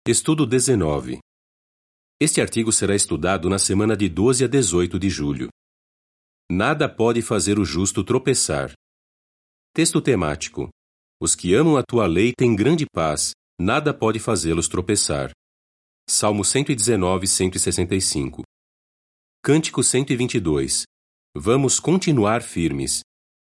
Estudo 19. Este artigo será estudado na semana de 12 a 18 de julho. Nada pode fazer o justo tropeçar. Texto temático. Os que amam a tua lei têm grande paz, nada pode fazê-los tropeçar. Salmo 119, 165. Cântico 122. Vamos continuar firmes.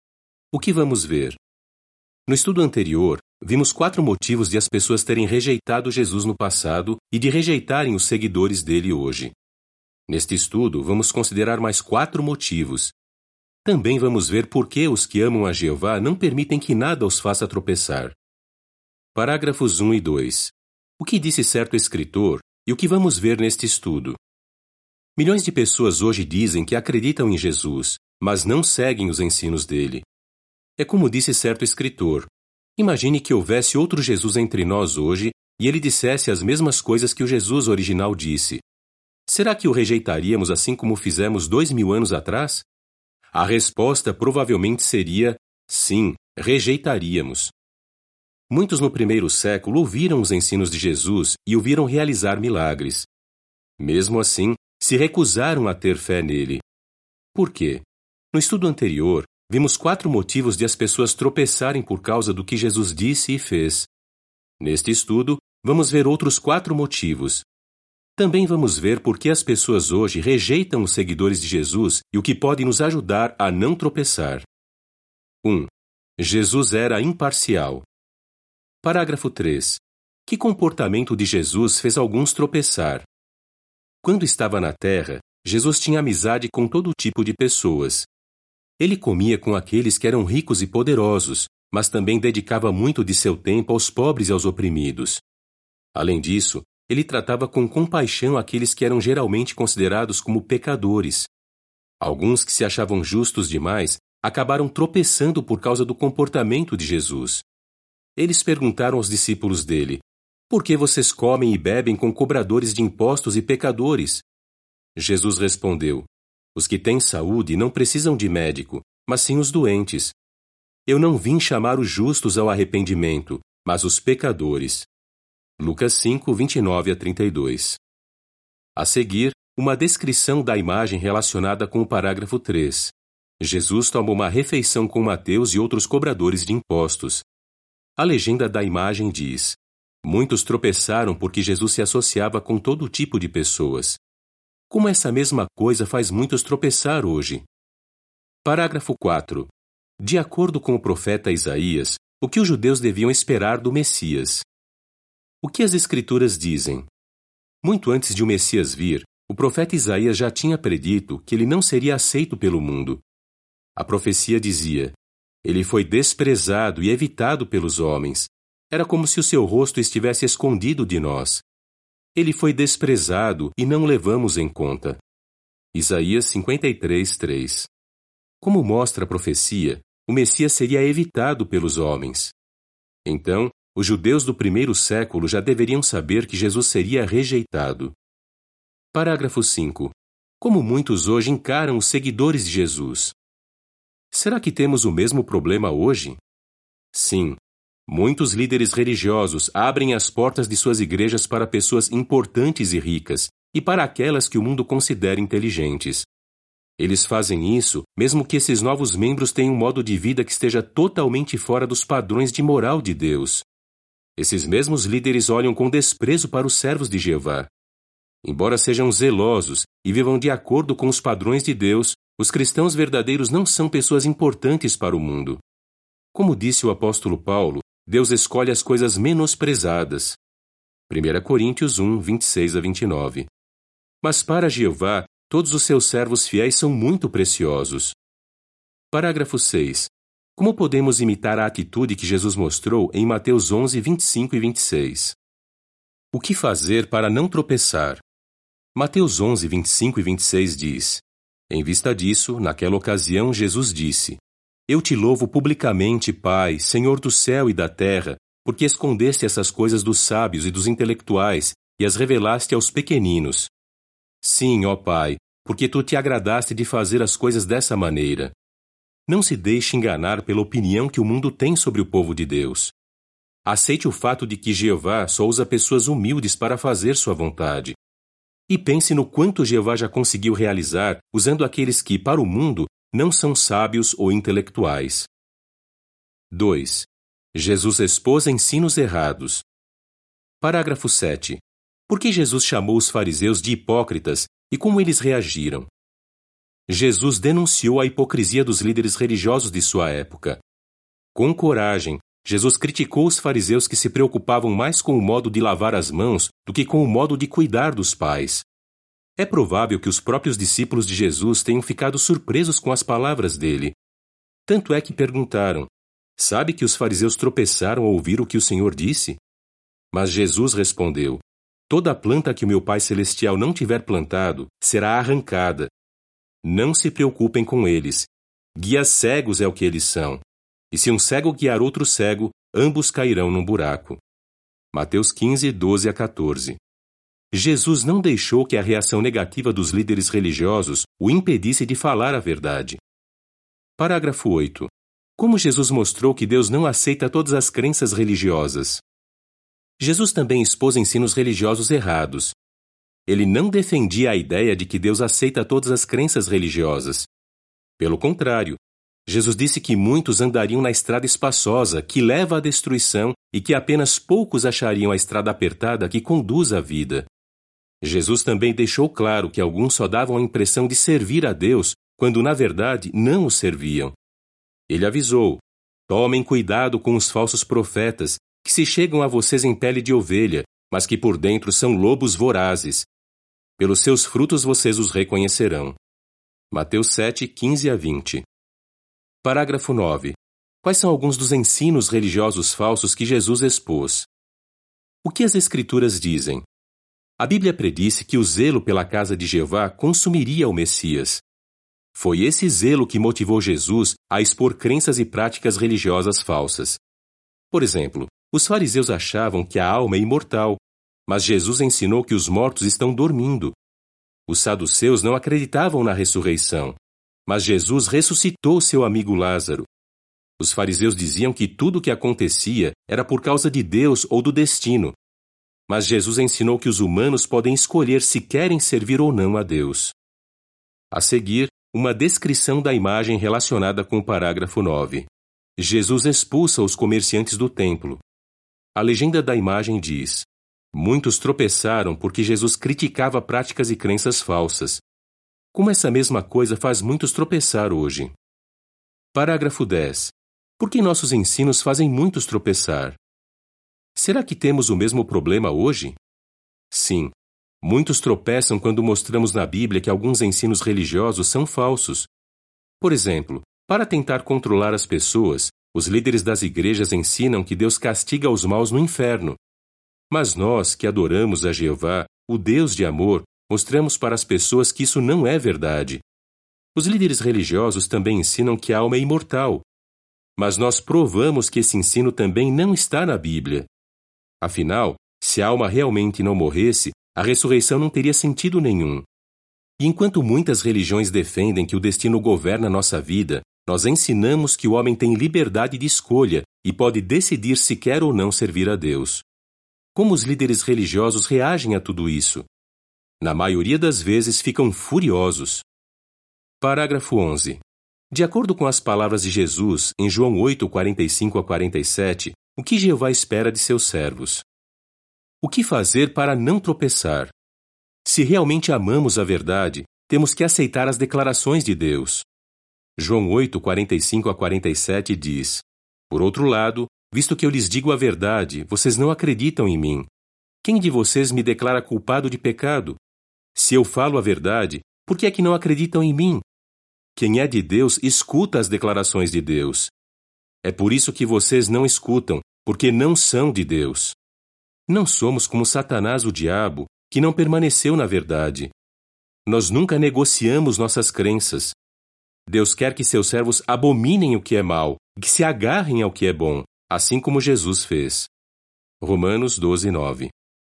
O que vamos ver? No estudo anterior, vimos 4 motivos de as pessoas terem rejeitado Jesus no passado e de rejeitarem os seguidores dele hoje. Neste estudo, vamos considerar mais 4 motivos. Também vamos ver por que os que amam a Jeová não permitem que nada os faça tropeçar. Parágrafos 1 e 2. O que disse certo escritor e o que vamos ver neste estudo? Milhões de pessoas hoje dizem que acreditam em Jesus, mas não seguem os ensinos dele. É como disse certo escritor. Imagine que houvesse outro Jesus entre nós hoje e ele dissesse as mesmas coisas que o Jesus original disse. Será que o rejeitaríamos assim como fizemos 2000 anos atrás? A resposta provavelmente seria sim, rejeitaríamos. Muitos no primeiro século ouviram os ensinos de Jesus e o viram realizar milagres. Mesmo assim, se recusaram a ter fé nele. Por quê? No estudo anterior, vimos 4 motivos de as pessoas tropeçarem por causa do que Jesus disse e fez. Neste estudo, vamos ver outros 4 motivos. Também vamos ver por que as pessoas hoje rejeitam os seguidores de Jesus e o que pode nos ajudar a não tropeçar. 1. Jesus era imparcial. Parágrafo 3. Que comportamento de Jesus fez alguns tropeçar? Quando estava na terra, Jesus tinha amizade com todo tipo de pessoas. Ele comia com aqueles que eram ricos e poderosos, mas também dedicava muito de seu tempo aos pobres e aos oprimidos. Além disso, ele tratava com compaixão aqueles que eram geralmente considerados como pecadores. Alguns que se achavam justos demais acabaram tropeçando por causa do comportamento de Jesus. Eles perguntaram aos discípulos dele: por que vocês comem e bebem com cobradores de impostos e pecadores? Jesus respondeu: os que têm saúde não precisam de médico, mas sim os doentes. Eu não vim chamar os justos ao arrependimento, mas os pecadores. Lucas 5, 29 a 32. A seguir, uma descrição da imagem relacionada com o parágrafo 3. Jesus toma uma refeição com Mateus e outros cobradores de impostos. A legenda da imagem diz: muitos tropeçaram porque Jesus se associava com todo tipo de pessoas. Como essa mesma coisa faz muitos tropeçar hoje. Parágrafo 4. De acordo com o profeta Isaías, o que os judeus deviam esperar do Messias? O que as Escrituras dizem? Muito antes de o Messias vir, o profeta Isaías já tinha predito que ele não seria aceito pelo mundo. A profecia dizia: ele foi desprezado e evitado pelos homens. Era como se o seu rosto estivesse escondido de nós. Ele foi desprezado e não levamos em conta. Isaías 53, 3. Como mostra a profecia, o Messias seria evitado pelos homens. Então, os judeus do primeiro século já deveriam saber que Jesus seria rejeitado. Parágrafo 5. Como muitos hoje encaram os seguidores de Jesus? Será que temos o mesmo problema hoje? Sim. Muitos líderes religiosos abrem as portas de suas igrejas para pessoas importantes e ricas, e para aquelas que o mundo considera inteligentes. Eles fazem isso mesmo que esses novos membros tenham um modo de vida que esteja totalmente fora dos padrões de moral de Deus. Esses mesmos líderes olham com desprezo para os servos de Jeová. Embora sejam zelosos e vivam de acordo com os padrões de Deus, os cristãos verdadeiros não são pessoas importantes para o mundo. Como disse o apóstolo Paulo, Deus escolhe as coisas menosprezadas. 1 Coríntios 1, 26 a 29. Mas para Jeová, todos os seus servos fiéis são muito preciosos. Parágrafo 6. Como podemos imitar a atitude que Jesus mostrou em Mateus 11, 25 e 26? O que fazer para não tropeçar? Mateus 11, 25 e 26 diz: em vista disso, naquela ocasião, Jesus disse: eu te louvo publicamente, Pai, Senhor do céu e da terra, porque escondeste essas coisas dos sábios e dos intelectuais e as revelaste aos pequeninos. Sim, ó Pai, porque tu te agradaste de fazer as coisas dessa maneira. Não se deixe enganar pela opinião que o mundo tem sobre o povo de Deus. aceite o fato de que Jeová só usa pessoas humildes para fazer sua vontade. E pense no quanto Jeová já conseguiu realizar usando aqueles que, para o mundo, não são sábios ou intelectuais. 2. Jesus expôs ensinos errados. Parágrafo 7. Por que Jesus chamou os fariseus de hipócritas e como eles reagiram? Jesus denunciou a hipocrisia dos líderes religiosos de sua época. Com coragem, Jesus criticou os fariseus que se preocupavam mais com o modo de lavar as mãos do que com o modo de cuidar dos pais. É provável que os próprios discípulos de Jesus tenham ficado surpresos com as palavras dele. Tanto é que perguntaram: sabe que os fariseus tropeçaram ao ouvir o que o Senhor disse? Mas Jesus respondeu: toda planta que o meu Pai Celestial não tiver plantado será arrancada. Não se preocupem com eles. Guias cegos é o que eles são. E se um cego guiar outro cego, ambos cairão num buraco. Mateus 15, 12 a 14. Jesus não deixou que a reação negativa dos líderes religiosos o impedisse de falar a verdade. Parágrafo 8. Como Jesus mostrou que Deus não aceita todas as crenças religiosas? Jesus também expôs ensinos religiosos errados. Ele não defendia a ideia de que Deus aceita todas as crenças religiosas. Pelo contrário, Jesus disse que muitos andariam na estrada espaçosa que leva à destruição e que apenas poucos achariam a estrada apertada que conduz à vida. Jesus também deixou claro que alguns só davam a impressão de servir a Deus quando, na verdade, não o serviam. Ele avisou: tomem cuidado com os falsos profetas, que se chegam a vocês em pele de ovelha, mas que por dentro são lobos vorazes. Pelos seus frutos vocês os reconhecerão. Mateus 7, 15 a 20. Parágrafo 9. Quais são alguns dos ensinos religiosos falsos que Jesus expôs? O que as Escrituras dizem? A Bíblia predisse que o zelo pela casa de Jeová consumiria o Messias. Foi esse zelo que motivou Jesus a expor crenças e práticas religiosas falsas. Por exemplo, os fariseus achavam que a alma é imortal, mas Jesus ensinou que os mortos estão dormindo. Os saduceus não acreditavam na ressurreição, mas Jesus ressuscitou seu amigo Lázaro. Os fariseus diziam que tudo o que acontecia era por causa de Deus ou do destino. Mas Jesus ensinou que os humanos podem escolher se querem servir ou não a Deus. A seguir, uma descrição da imagem relacionada com o parágrafo 9. Jesus expulsa os comerciantes do templo. A legenda da imagem diz: muitos tropeçaram porque Jesus criticava práticas e crenças falsas. Como essa mesma coisa faz muitos tropeçar hoje. Parágrafo 10. Por que nossos ensinos fazem muitos tropeçar? Será que temos o mesmo problema hoje? Sim. Muitos tropeçam quando mostramos na Bíblia que alguns ensinos religiosos são falsos. Por exemplo, para tentar controlar as pessoas, os líderes das igrejas ensinam que Deus castiga os maus no inferno. Mas nós, que adoramos a Jeová, o Deus de amor, mostramos para as pessoas que isso não é verdade. Os líderes religiosos também ensinam que a alma é imortal. Mas nós provamos que esse ensino também não está na Bíblia. Afinal, se a alma realmente não morresse, a ressurreição não teria sentido nenhum. E enquanto muitas religiões defendem que o destino governa nossa vida, nós ensinamos que o homem tem liberdade de escolha e pode decidir se quer ou não servir a Deus. Como os líderes religiosos reagem a tudo isso? Na maioria das vezes ficam furiosos. Parágrafo 11. De acordo com as palavras de Jesus em João 8, 45 a 47, o que Jeová espera de seus servos? O que fazer para não tropeçar? Se realmente amamos a verdade, temos que aceitar as declarações de Deus. João 8, 45 a 47 diz: por outro lado, visto que eu lhes digo a verdade, vocês não acreditam em mim. Quem de vocês me declara culpado de pecado? Se eu falo a verdade, por que é que não acreditam em mim? Quem é de Deus escuta as declarações de Deus. É por isso que vocês não escutam, porque não são de Deus. Não somos como Satanás, o diabo, que não permaneceu na verdade. Nós nunca negociamos nossas crenças. Deus quer que seus servos abominem o que é mal e que se agarrem ao que é bom, assim como Jesus fez. Romanos 12, 9.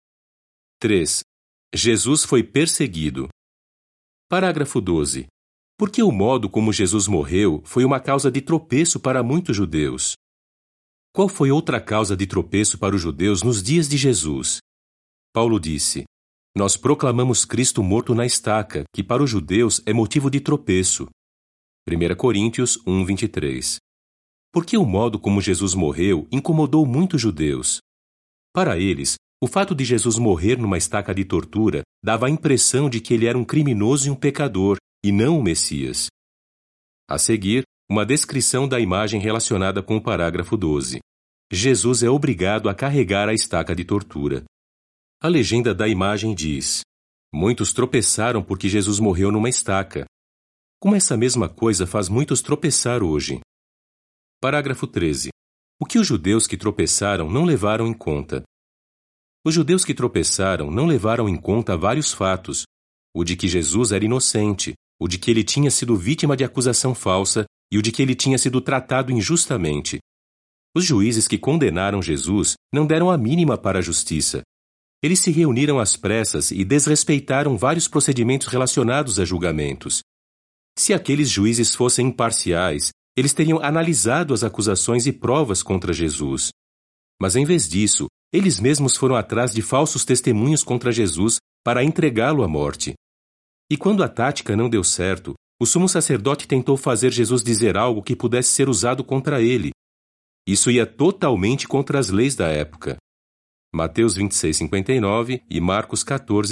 3. Jesus foi perseguido. Parágrafo 12. Por que o modo como Jesus morreu foi uma causa de tropeço para muitos judeus? Qual foi outra causa de tropeço para os judeus nos dias de Jesus? Paulo disse: Nós proclamamos Cristo morto na estaca, que para os judeus é motivo de tropeço. 1 Coríntios 1:23. Porque o modo como Jesus morreu incomodou muitos judeus. Para eles, o fato de Jesus morrer numa estaca de tortura dava a impressão de que ele era um criminoso e um pecador, e não o Messias. A seguir, uma descrição da imagem relacionada com o parágrafo 12. Jesus é obrigado a carregar a estaca de tortura. A legenda da imagem diz: Muitos tropeçaram porque Jesus morreu numa estaca. Como essa mesma coisa faz muitos tropeçar hoje. Parágrafo 13. O que os judeus que tropeçaram não levaram em conta? Os judeus que tropeçaram não levaram em conta vários fatos: o de que Jesus era inocente, o de que ele tinha sido vítima de acusação falsa e o de que ele tinha sido tratado injustamente. Os juízes que condenaram Jesus não deram a mínima para a justiça. Eles se reuniram às pressas e desrespeitaram vários procedimentos relacionados a julgamentos. Se aqueles juízes fossem imparciais, eles teriam analisado as acusações e provas contra Jesus. Mas em vez disso, eles mesmos foram atrás de falsos testemunhos contra Jesus para entregá-lo à morte. E quando a tática não deu certo, o sumo sacerdote tentou fazer Jesus dizer algo que pudesse ser usado contra ele. Isso ia totalmente contra as leis da época. Mateus 26:59 e Marcos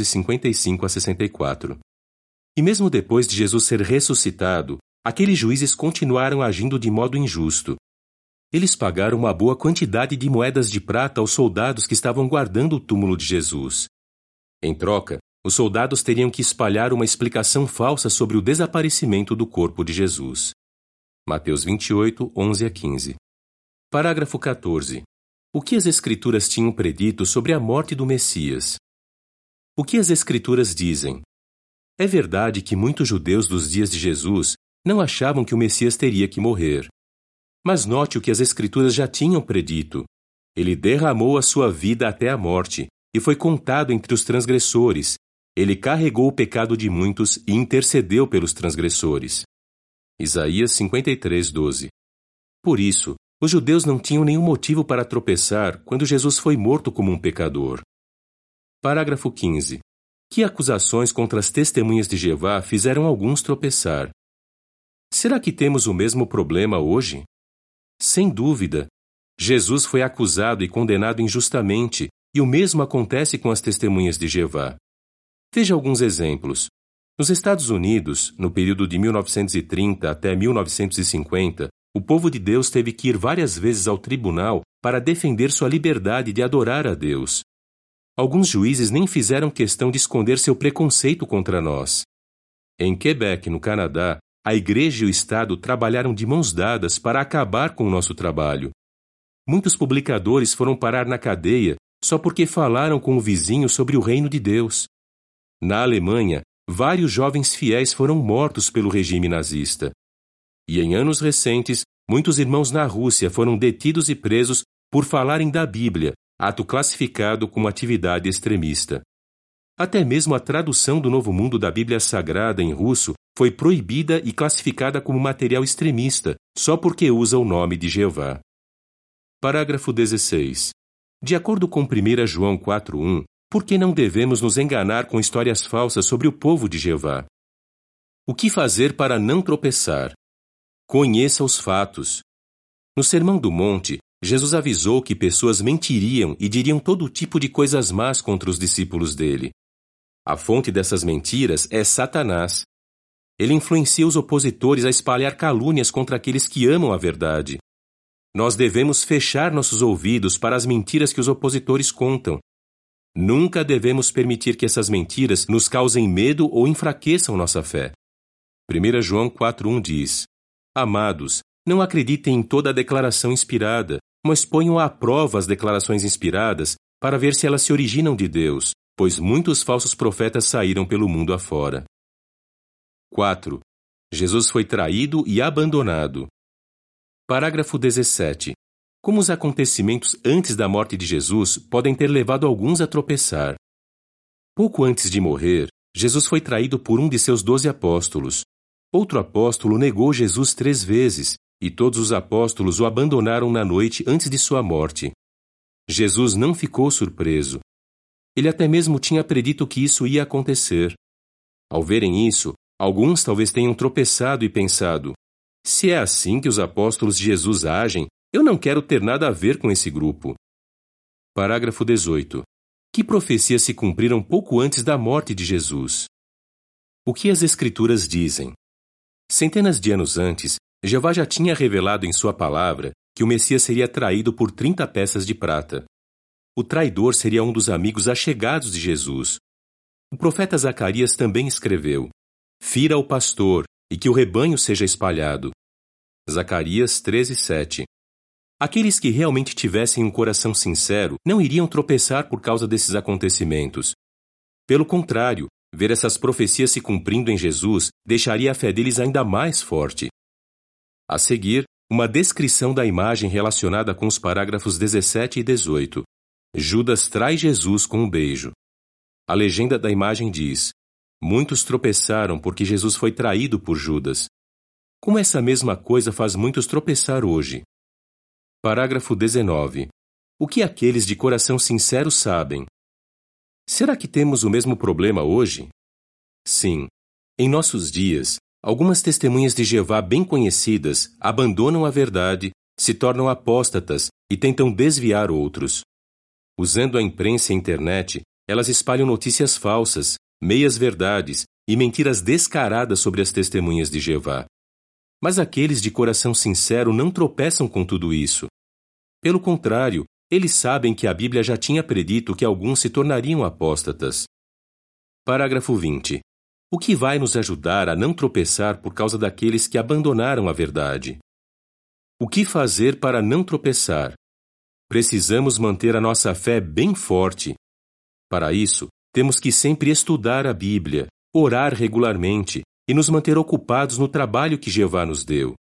14:55-64. E mesmo depois de Jesus ser ressuscitado, aqueles juízes continuaram agindo de modo injusto. Eles pagaram uma boa quantidade de moedas de prata aos soldados que estavam guardando o túmulo de Jesus. Em troca, os soldados teriam que espalhar uma explicação falsa sobre o desaparecimento do corpo de Jesus. Mateus 28:11-15. Parágrafo 14. O que as Escrituras tinham predito sobre a morte do Messias? O que as Escrituras dizem? É verdade que muitos judeus dos dias de Jesus não achavam que o Messias teria que morrer. Mas note o que as Escrituras já tinham predito. Ele derramou a sua vida até a morte e foi contado entre os transgressores. Ele carregou o pecado de muitos e intercedeu pelos transgressores. Isaías 53:12. Por isso, os judeus não tinham nenhum motivo para tropeçar quando Jesus foi morto como um pecador. Parágrafo 15. Que acusações contra as testemunhas de Jeová fizeram alguns tropeçar? Será que temos o mesmo problema hoje? Sem dúvida. Jesus foi acusado e condenado injustamente, e o mesmo acontece com as testemunhas de Jeová. Veja alguns exemplos. Nos Estados Unidos, no período de 1930 até 1950, o povo de Deus teve que ir várias vezes ao tribunal para defender sua liberdade de adorar a Deus. Alguns juízes nem fizeram questão de esconder seu preconceito contra nós. Em Quebec, no Canadá, a igreja e o Estado trabalharam de mãos dadas para acabar com o nosso trabalho. Muitos publicadores foram parar na cadeia só porque falaram com o vizinho sobre o reino de Deus. Na Alemanha, vários jovens fiéis foram mortos pelo regime nazista. E em anos recentes, muitos irmãos na Rússia foram detidos e presos por falarem da Bíblia, ato classificado como atividade extremista. Até mesmo a tradução do Novo Mundo da Bíblia Sagrada em russo foi proibida e classificada como material extremista, só porque usa o nome de Jeová. Parágrafo 16. De acordo com 1 João 4:1, por que não devemos nos enganar com histórias falsas sobre o povo de Jeová? O que fazer para não tropeçar? Conheça os fatos. No Sermão do Monte, Jesus avisou que pessoas mentiriam e diriam todo tipo de coisas más contra os discípulos dele. A fonte dessas mentiras é Satanás. Ele influencia os opositores a espalhar calúnias contra aqueles que amam a verdade. Nós devemos fechar nossos ouvidos para as mentiras que os opositores contam. Nunca devemos permitir que essas mentiras nos causem medo ou enfraqueçam nossa fé. 1 João 4:1 diz: Amados, não acreditem em toda a declaração inspirada, mas ponham à prova as declarações inspiradas para ver se elas se originam de Deus, pois muitos falsos profetas saíram pelo mundo afora. 4. Jesus foi traído e abandonado. Parágrafo 17. Como os acontecimentos antes da morte de Jesus podem ter levado alguns a tropeçar. Pouco antes de morrer, Jesus foi traído por um de seus 12 apóstolos. Outro apóstolo negou Jesus 3 vezes, e todos os apóstolos o abandonaram na noite antes de sua morte. Jesus não ficou surpreso. Ele até mesmo tinha predito que isso ia acontecer. Ao verem isso, alguns talvez tenham tropeçado e pensado: se é assim que os apóstolos de Jesus agem, eu não quero ter nada a ver com esse grupo. Parágrafo 18. Que profecias se cumpriram pouco antes da morte de Jesus? O que as Escrituras dizem? Centenas de anos antes, Jeová já tinha revelado em sua palavra que o Messias seria traído por 30 peças de prata. O traidor seria um dos amigos achegados de Jesus. O profeta Zacarias também escreveu: fira o pastor, e que o rebanho seja espalhado. Zacarias 13:7. Aqueles que realmente tivessem um coração sincero não iriam tropeçar por causa desses acontecimentos. Pelo contrário, ver essas profecias se cumprindo em Jesus deixaria a fé deles ainda mais forte. A seguir, uma descrição da imagem relacionada com os parágrafos 17 e 18. Judas trai Jesus com um beijo. A legenda da imagem diz: muitos tropeçaram porque Jesus foi traído por Judas. Como essa mesma coisa faz muitos tropeçar hoje? Parágrafo 19. O que aqueles de coração sincero sabem? Será que temos o mesmo problema hoje? Sim. Em nossos dias, algumas testemunhas de Jeová bem conhecidas abandonam a verdade, se tornam apóstatas e tentam desviar outros. Usando a imprensa e a internet, elas espalham notícias falsas, meias-verdades e mentiras descaradas sobre as testemunhas de Jeová. Mas aqueles de coração sincero não tropeçam com tudo isso. Pelo contrário, eles sabem que a Bíblia já tinha predito que alguns se tornariam apóstatas. Parágrafo 20. O que vai nos ajudar a não tropeçar por causa daqueles que abandonaram a verdade? O que fazer para não tropeçar? Precisamos manter a nossa fé bem forte. Para isso, temos que sempre estudar a Bíblia, orar regularmente e nos manter ocupados no trabalho que Jeová nos deu.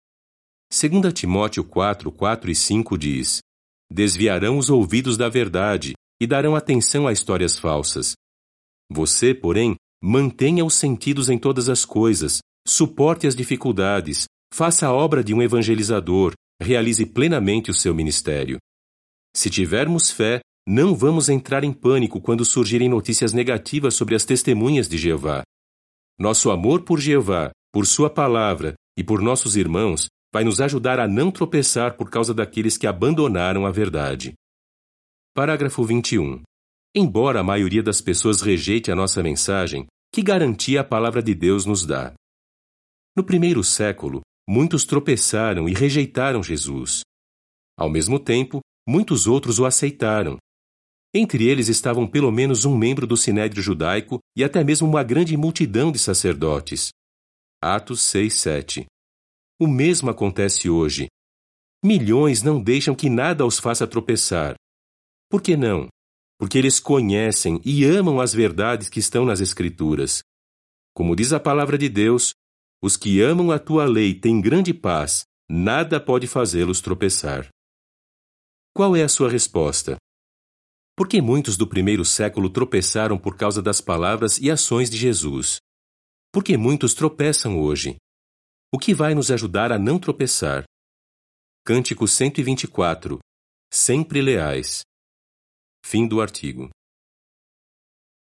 2 Timóteo 4:4 e 5 diz: desviarão os ouvidos da verdade e darão atenção a histórias falsas. Você, porém, mantenha os sentidos em todas as coisas, suporte as dificuldades, faça a obra de um evangelizador, realize plenamente o seu ministério. Se tivermos fé, não vamos entrar em pânico quando surgirem notícias negativas sobre as testemunhas de Jeová. Nosso amor por Jeová, por sua palavra e por nossos irmãos vai nos ajudar a não tropeçar por causa daqueles que abandonaram a verdade. Parágrafo 21. Embora a maioria das pessoas rejeite a nossa mensagem, que garantia a palavra de Deus nos dá? No primeiro século, muitos tropeçaram e rejeitaram Jesus. Ao mesmo tempo, muitos outros o aceitaram. Entre eles estavam pelo menos um membro do Sinédrio judaico e até mesmo uma grande multidão de sacerdotes. Atos 6:7. O mesmo acontece hoje. Milhões não deixam que nada os faça tropeçar. Por que não? Porque eles conhecem e amam as verdades que estão nas Escrituras. Como diz a palavra de Deus, os que amam a tua lei têm grande paz, nada pode fazê-los tropeçar. Qual é a sua resposta? Por que muitos do primeiro século tropeçaram por causa das palavras e ações de Jesus? Por que muitos tropeçam hoje? O que vai nos ajudar a não tropeçar? Cântico 124. Sempre leais. Fim do artigo.